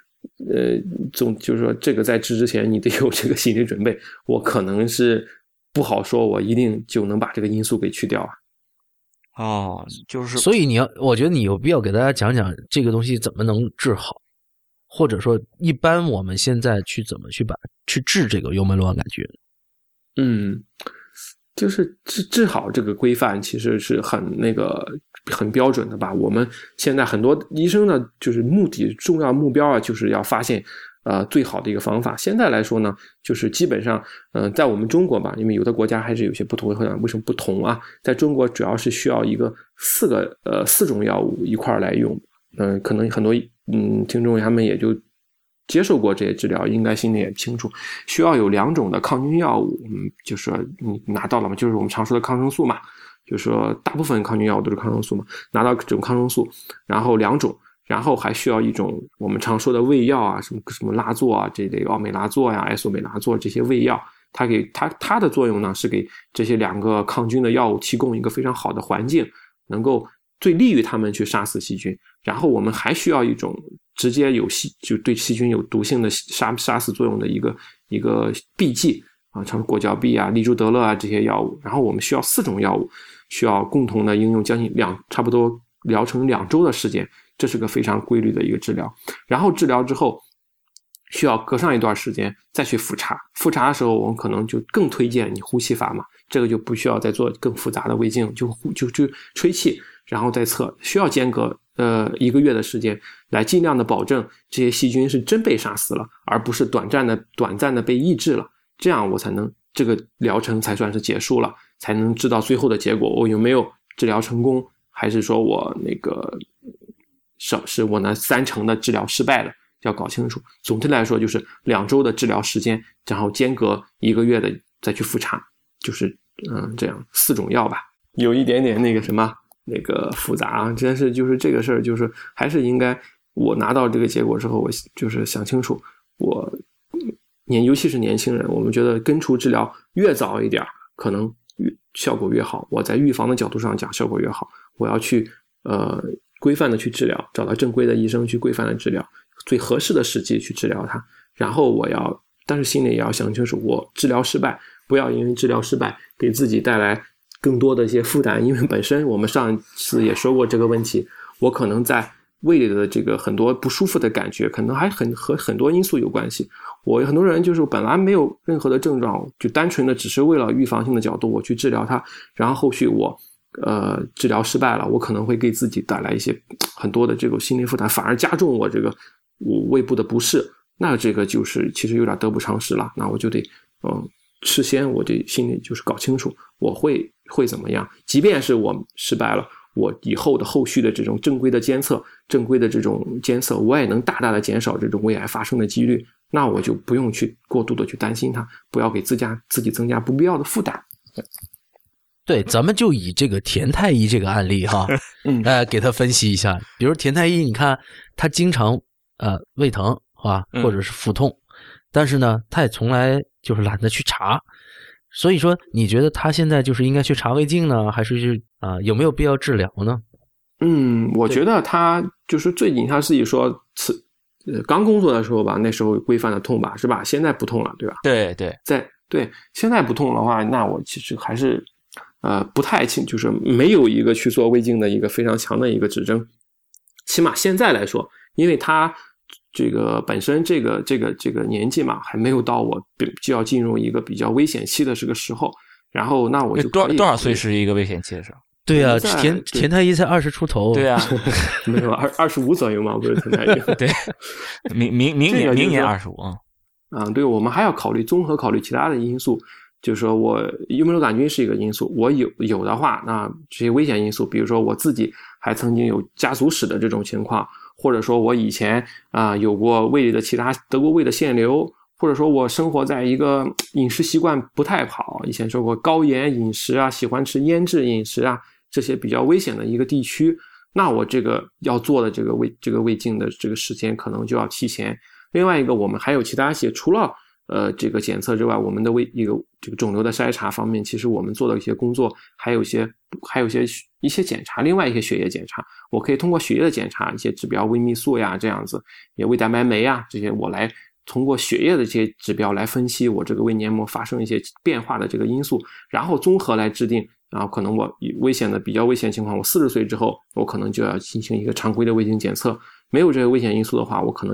就是说这个在治之前你得有这个心理准备，我可能是不好说我一定就能把这个因素给去掉啊。 就是所以我觉得你有必要给大家讲讲这个东西怎么能治好。 或者说一般我们现在去怎么去治这个幽门螺杆菌？ 就是治好这个规范其实是很标准的吧。我们现在很多医生呢，就是重要目标啊，就是要发现最好的一个方法。现在来说呢，就是基本上在我们中国吧，因为有的国家还是有些不同，为什么不同啊？在中国主要是需要4种药物一块来用。可能很多听众他们也就接受过这些治疗，应该心里也清楚，需要有2种的抗菌药物。就是说你拿到了嘛，就是我们常说的抗生素嘛，就是说大部分抗菌药物都是抗生素嘛，拿到这种抗生素，然后2种，然后还需要一种我们常说的胃药啊，什么拉唑啊，这类奥美拉唑呀、艾索美拉唑这些胃药，它的作用呢是给这些2个抗菌的药物提供一个非常好的环境，能够最利于他们去杀死细菌。然后我们还需要一种直接就对细菌有毒性的杀死作用的一个避剂啊，像果胶吡啊、利珠德勒啊这些药物。然后我们需要4种药物，需要共同的应用将近差不多疗程2周的时间，这是个非常规律的一个治疗。然后治疗之后需要隔上一段时间再去复查，复查的时候我们可能就更推荐你呼吸法嘛，这个就不需要再做更复杂的胃镜，就吹气然后再测，需要间隔1个月的时间，来尽量的保证这些细菌是真被杀死了，而不是短暂的被抑制了，这样我才能这个疗程才算是结束了，才能知道最后的结果，我有没有治疗成功，还是说我是我那3成的治疗失败了，要搞清楚。总体来说就是2周的治疗时间，然后间隔1个月的再去复查，就是这样4种药吧，有一点点复杂啊，真是就是这个事儿，就是还是应该我拿到这个结果之后，我就是想清楚，尤其是年轻人，我们觉得根除治疗越早一点可能效果越好。我在预防的角度上讲效果越好，我要去规范的去治疗，找到正规的医生去规范的治疗，最合适的时机去治疗它。然后但是心里也要想清楚，我治疗失败，不要因为治疗失败给自己带来更多的一些负担，因为本身我们上一次也说过这个问题，我可能在胃里的这个很多不舒服的感觉，可能还和很多因素有关系。我很多人就是本来没有任何的症状，就单纯的只是为了预防性的角度我去治疗它，然后后续我治疗失败了，我可能会给自己带来一些很多的这个心理负担，反而加重我胃部的不适，那这个就是其实有点得不偿失了。那我就得事先我得心里就是搞清楚我会怎么样，即便是我失败了，我以后的后续的这种正规的监测我也能大大的减少这种胃癌发生的几率，那我就不用去过度的去担心它，不要给自己增加不必要的负担。 对，咱们就以这个田太医这个案例哈，给他分析一下。比如田太医，你看他经常胃疼啊，或者是腹痛，但是呢，他也从来就是懒得去查。所以说，你觉得他现在就是应该去查胃镜呢，还是有没有必要治疗呢？ 我觉得他就是最近他自己说刚工作的时候吧，那时候规范的痛吧，是吧？现在不痛了，对吧？ 对， 现在不痛的话，那我其实还是不太清，就是没有一个去做胃镜的一个非常强的一个指征。起码现在来说，因为他这个本身这个年纪嘛，还没有到我就要进入一个比较危险期的这个时候，然后那我就多少岁是一个危险期的时候？ 对啊，田太医才20出头。 对啊， 没有25左右嘛，不是田太医。 对，明年25 啊。对，我们还要综合考虑其他的因素，就是说我幽门螺杆菌是一个因素，我有的话，那这些危险因素，比如说我自己还曾经有家族史的这种情况，或者说我以前有过胃里的得过胃的腺瘤，或者说我生活在一个饮食习惯不太好，以前说过高盐饮食啊，喜欢吃腌制饮食啊，这些比较危险的一个地区，那我这个要做的这个胃镜的这个时间可能就要提前。另外一个，我们还有其他一些除了这个检测之外，我们的这个肿瘤的筛查方面，其实我们做的一些工作，还有一些检查，另外一些血液检查，我可以通过血液的检查，一些指标，胃泌素呀这样子，也胃蛋白酶呀这些，我来通过血液的这些指标来分析我这个胃黏膜发生一些变化的这个因素，然后综合来制定，然后可能我比较危险情况，我40岁之后，我可能就要进行一个常规的胃镜检测，没有这个危险因素的话，我可能就要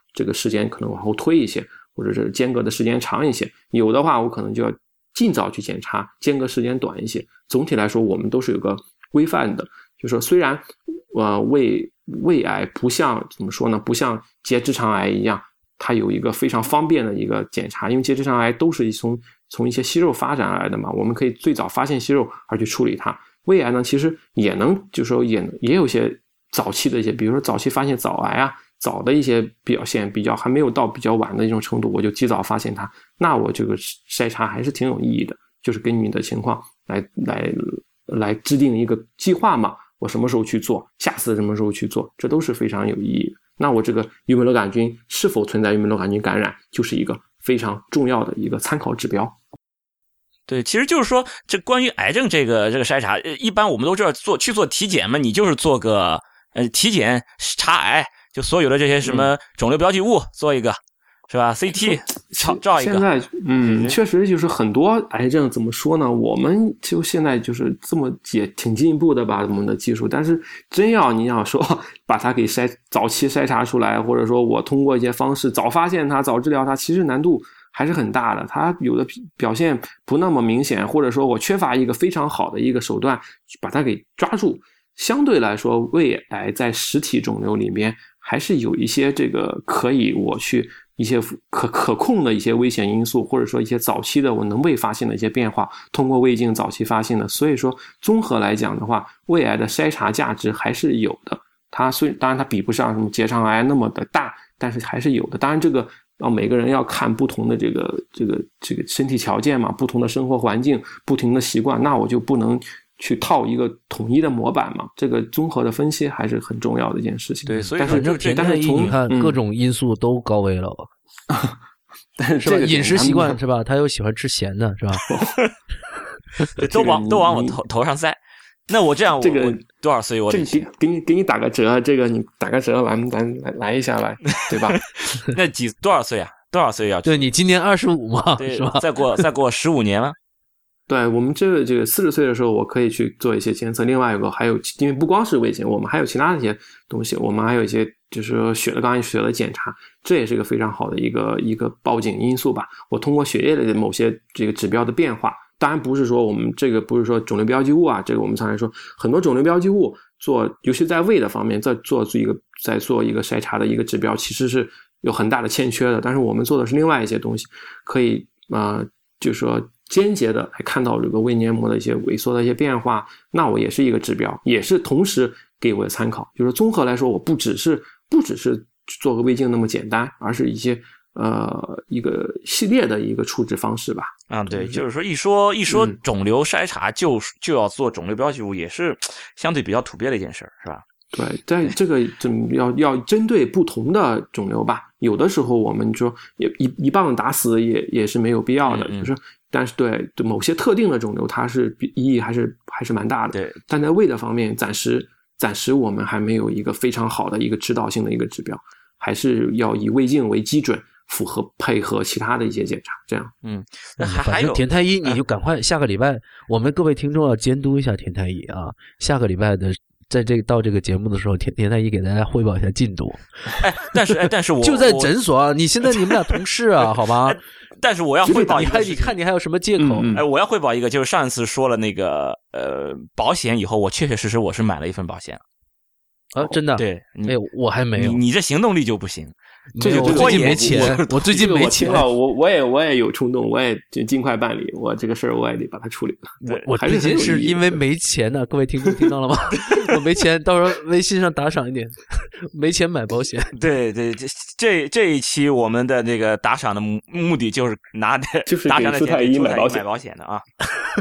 这个时间可能往后推一些，或者是间隔的时间长一些，有的话我可能就要尽早去检查，间隔时间短一些。总体来说我们都是有个规范的，就是说虽然胃癌不像怎么说呢，不像结直肠癌一样它有一个非常方便的一个检查，因为结直肠癌都是从一些息肉发展而来的嘛，我们可以最早发现息肉而去处理它。胃癌呢其实也能就是说也有一些早期的一些，比如说早期发现早癌啊，早的一些表现比较还没有到比较晚的一种程度，我就及早发现它，那我这个筛查还是挺有意义的，就是根据你的情况来制定一个计划嘛，我什么时候去做，下次什么时候去做，这都是非常有意义的。那我这个幽门螺杆菌是否存在幽门螺杆菌感染，就是一个非常重要的一个参考指标。 对，其实就是说，这关于癌症这个筛查，一般我们都知道去做体检嘛，你就是做个体检查癌，就所有的这些什么肿瘤标记物做一个，是吧 ？CT 照一个。 现在确实就是很多癌症怎么说呢？我们就现在就是这么也挺进步的吧，我们的技术。但是真要你想说把它给早期筛查出来，或者说我通过一些方式早发现它、早治疗它，其实难度还是很大的。它有的表现不那么明显，或者说我缺乏一个非常好的一个手段把它给抓住。相对来说，胃癌在实体肿瘤里面还是有一些这个可以我去一些可控的一些危险因素，或者说一些早期的我能被发现的一些变化，通过胃镜早期发现的。所以说综合来讲的话，胃癌的筛查价值还是有的。当然它比不上什么结肠癌那么的大，但是还是有的。当然这个每个人要看不同的这个身体条件嘛，不同的生活环境，不同的习惯，那我就不能去套一个统一的模板嘛，这个综合的分析还是很重要的一件事情。 对，所以但是你看各种因素都高危了但是这个饮食习惯是吧？他又喜欢吃咸的是吧？ 都往我头上塞。那我这样， 这个我多少岁？我这个给你打个折，这个你打个折来一下来，对吧？ 那多少岁啊？多少岁要？ 对，你今年25嘛， 对， 是吧？ 再过15年了。 对，我们这个40岁的时候，我可以去做一些监测。另外还有，因为不光是胃镜，我们还有其他的一些东西，我们还有一些就是说刚才血的检查，这也是一个非常好的一个报警因素吧。我通过血液的某些这个指标的变化，当然不是说我们这个不是说肿瘤标记物啊，这个我们常来说很多肿瘤标记物尤其在胃的方面，在做一个筛查的一个指标，其实是有很大的欠缺的。但是我们做的是另外一些东西，可以就是说间接的来看到这个胃黏膜的一些萎缩的一些变化，那我也是一个指标，也是同时给我的参考。就是综合来说，我不只是做个胃镜那么简单，而是一些一个系列的一个处置方式吧。 对，就是说一说肿瘤筛查就要做肿瘤标记物，也是相对比较土鳖的一件事，是吧？ 对，在这个要针对不同的肿瘤吧，有的时候我们说一棒打死也是没有必要的，就是但是对某些特定的肿瘤，它是意义还是蛮大的。 对， 但在胃的方面，暂时我们还没有一个非常好的一个指导性的一个指标，还是要以胃镜为基准，配合其他的一些检查，这样。 那还有田太医，你就赶快下个礼拜，我们各位听众要监督一下田太医啊，下个礼拜的。到这个节目的时候，田太医给大家汇报一下进度。 但是我就在诊所啊，你们俩同事啊，好吧？ 但是我要汇报一个， 你看你还有什么借口？ 我要汇报一个，就是上一次说了那个保险以后，我确实我是买了一份保险真的？ 对， 我还没有。 你这行动力就不行。 我最近没钱，我最近没钱了。我也有冲动，我也就尽快办理。我这个事儿我也得把它处理了。 我最近是因为没钱呢，各位听众听到了吗？我没钱，到时候微信上打赏一点，没钱买保险。 对，这一期我们的这个打赏的目的就是就是打赏的钱给买保险的啊。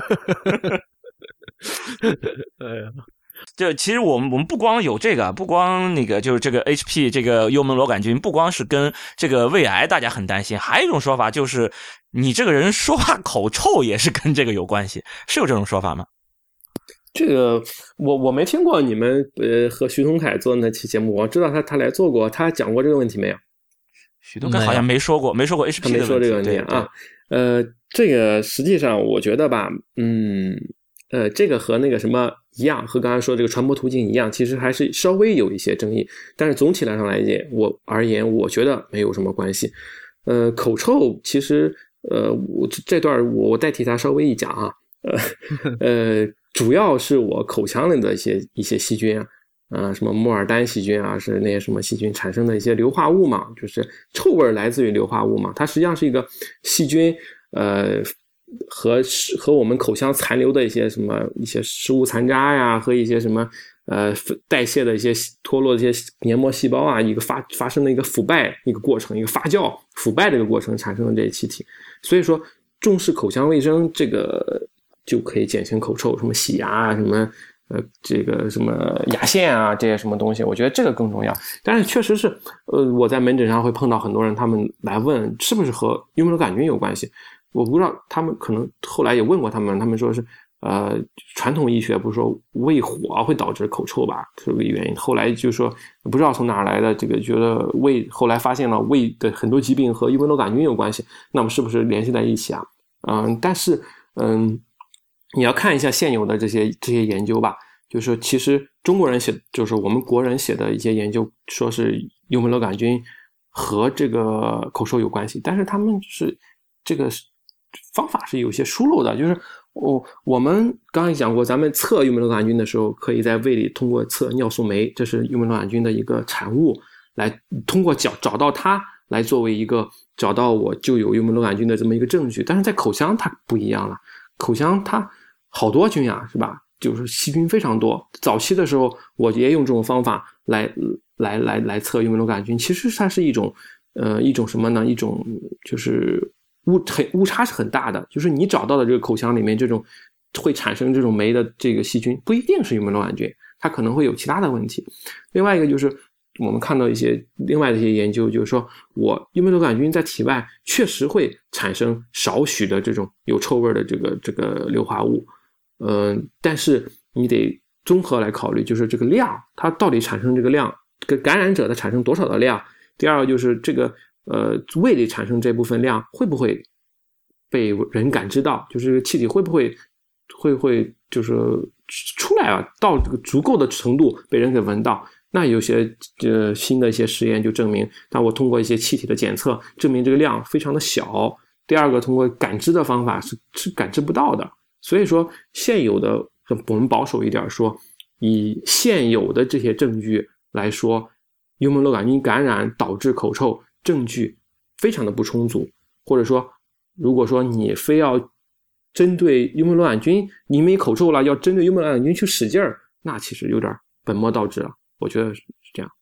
哎呀。 就其实我们不光有这个，不光那个就是这个 HP 这个幽门螺杆菌，不光是跟这个胃癌大家很担心，还有一种说法就是你这个人说话口臭也是跟这个有关系，是有这种说法吗？ 这个我没听过你们和徐东凯做的那期节目，我知道他来做过，他讲过这个问题没有？ 徐东凯好像没说过 HP 的问题。 没说这个问题啊。这个实际上我觉得吧， 这个和那个什么一样，和刚才说这个传播途径一样，其实还是稍微有一些争议。但是总体来上来讲，我觉得没有什么关系。口臭其实我这段我代替他稍微一讲啊，主要是我口腔里的一些细菌啊，什么莫尔丹细菌啊，是那些什么细菌产生的一些硫化物嘛，就是臭味来自于硫化物嘛，它实际上是一个细菌和我们口腔残留的一些食物残渣呀，和一些什么代谢的一些脱落的一些黏膜细胞啊，一个发生的一个腐败一个过程，一个发酵腐败的一个过程产生的这些气体。所以说重视口腔卫生，这个就可以减轻口臭，什么洗牙啊，什么这个什么牙线啊，这些什么东西，我觉得这个更重要。但是确实是我在门诊上会碰到很多人，他们来问是不是和幽门螺杆菌有关系。我不知道，他们可能后来也问过他们说是传统医学不是说胃火会导致口臭吧，这个原因。后来就说不知道从哪儿来的这个觉得后来发现了胃的很多疾病和幽门螺杆菌有关系，那么是不是联系在一起啊？但是你要看一下现有的这些研究吧，就是说其实中国人就是我们国人写的一些研究，说是幽门螺杆菌和这个口臭有关系，但是他们是这个方法是有些疏漏的，就是我们刚才讲过，咱们测幽门螺杆菌的时候，可以在胃里通过测尿素酶，这是幽门螺杆菌的一个产物，来通过找到它来作为一个找到我就有幽门螺杆菌的这么一个证据。但是在口腔它不一样了，口腔它好多菌啊，是吧？就是细菌非常多。早期的时候我也用这种方法来测幽门螺杆菌，其实它是一种什么呢？一种就是误差是很大的，就是你找到的这个口腔里面这种会产生这种酶的这个细菌不一定是幽门螺杆菌，它可能会有其他的问题。另外一个就是我们看到另外的一些研究，就是说幽门螺杆菌在体外确实会产生少许的这种有臭味的这个硫化物，但是你得综合来考虑，就是这个量，它到底产生这个量，这个感染者它产生多少的量。第二个就是这个胃里产生这部分量会不会被人感知到，就是气体会不会就是出来啊，到这个足够的程度被人给闻到。那有些新的一些实验就证明，当我通过一些气体的检测证明这个量非常的小。第二个通过感知的方法是感知不到的。所以说现有的，我们保守一点说，以现有的这些证据来说，幽门螺杆菌感染导致口臭证据非常的不充足，或者说如果说你非要针对幽门螺杆菌，你没口臭了要针对幽门螺杆菌去使劲儿，那其实有点本末倒置了，我觉得是这样。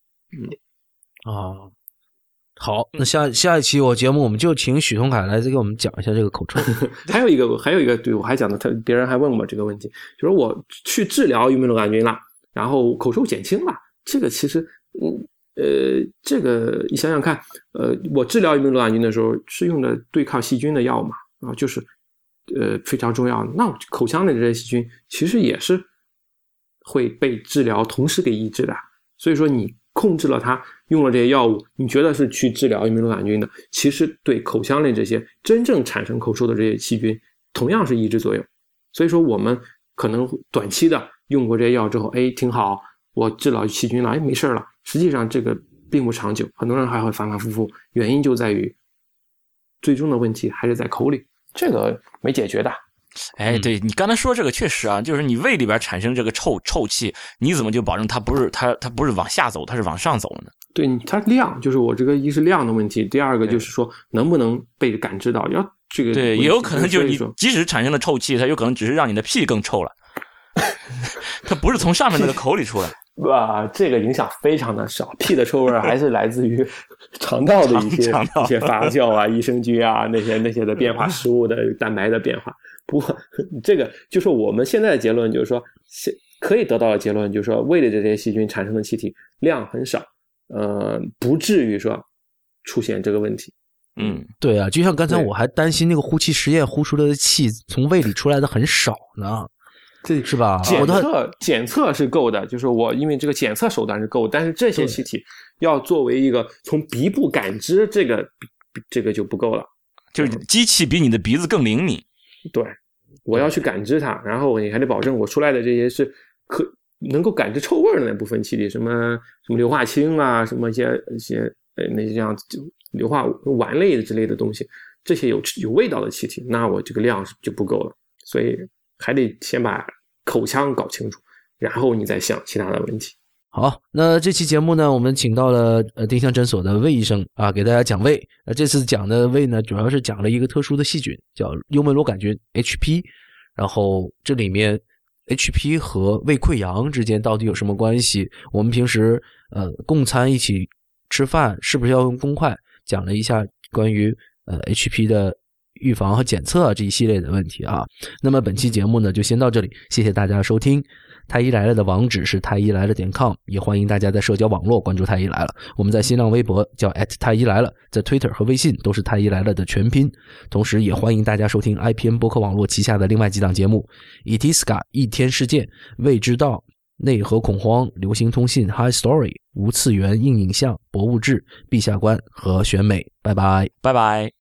好，那下一期节目我们就请许同凯来再给我们讲一下这个口臭。 还有一个对，我还讲的，别人还问我这个问题，就是我去治疗幽门螺杆菌了，然后口臭减轻了，这个其实这个你想想看，我治疗幽门螺杆菌的时候是用的对抗细菌的药嘛，然后就是非常重要的。那口腔里的这些细菌其实也是会被治疗同时给抑制的，所以说你控制了它，用了这些药物，你觉得是去治疗幽门螺杆菌的，其实对口腔里这些真正产生口臭的这些细菌同样是抑制作用。所以说我们可能短期的用过这些药之后，挺好，我治疗细菌了，没事了，实际上这个并不长久，很多人还会反反复复，原因就在于最终的问题还是在口里，这个没解决的。 对，你刚才说这个确实啊，就是你胃里边产生这个臭气，你怎么就保证它不是往下走，它是往上走呢？ 对，它量就是我这个一是量的问题，第二个就是说能不能被感知到，要这个对，也有可能就是你即使产生了臭气，它有可能只是让你的屁更臭了，它不是从上面那个口里出来。 这个影响非常的少，屁的臭味还是来自于肠道的一些发酵啊、益生菌啊那些的变化，食物的蛋白的变化。不过这个就是我们现在的结论，就是说可以得到的结论就是说，胃里的这些细菌产生的气体量很少，不至于说出现这个问题。 对啊，就像刚才我还担心那个呼气实验呼出来的气从胃里出来的很少呢。 这是吧？ 检测是够的，就是我因为这个检测手段是够，但是这些气体要作为一个从鼻部感知，这个就不够了， 就是机器比你的鼻子更灵敏。 对， 我要去感知它，然后你还得保证我出来的这些是能够感知臭味的那部分气体，什么硫化氢啊，什么一些那些这样硫化烷类的之类的东西，这些有味道的气体，那我这个量就不够了，所以还得先把口腔搞清楚，然后你再想其他的问题。 好，那这期节目呢，我们请到了丁香诊所的魏医生啊，给大家讲胃。这次讲的胃呢，主要是讲了一个特殊的细菌，叫幽门螺杆菌 HP。然后这里面 HP 和胃溃疡之间到底有什么关系？我们平时共餐一起吃饭是不是要用公筷？讲了一下关于HP 的预防和检测这一系列的问题啊。那么本期节目呢就先到这里，谢谢大家收听。太医来了的网址是太医来了.com， 也欢迎大家在社交网络关注太医来了。我们在新浪微博叫太医来了，在 Twitter 和微信都是太医来了的全拼。同时也欢迎大家收听 IPN 播客网络旗下的另外几档节目 Itiska 一天世界、未知道、内核恐慌、流行通信、High Story、无次元硬影像、博物志、陛下观和选美。拜拜， 拜拜。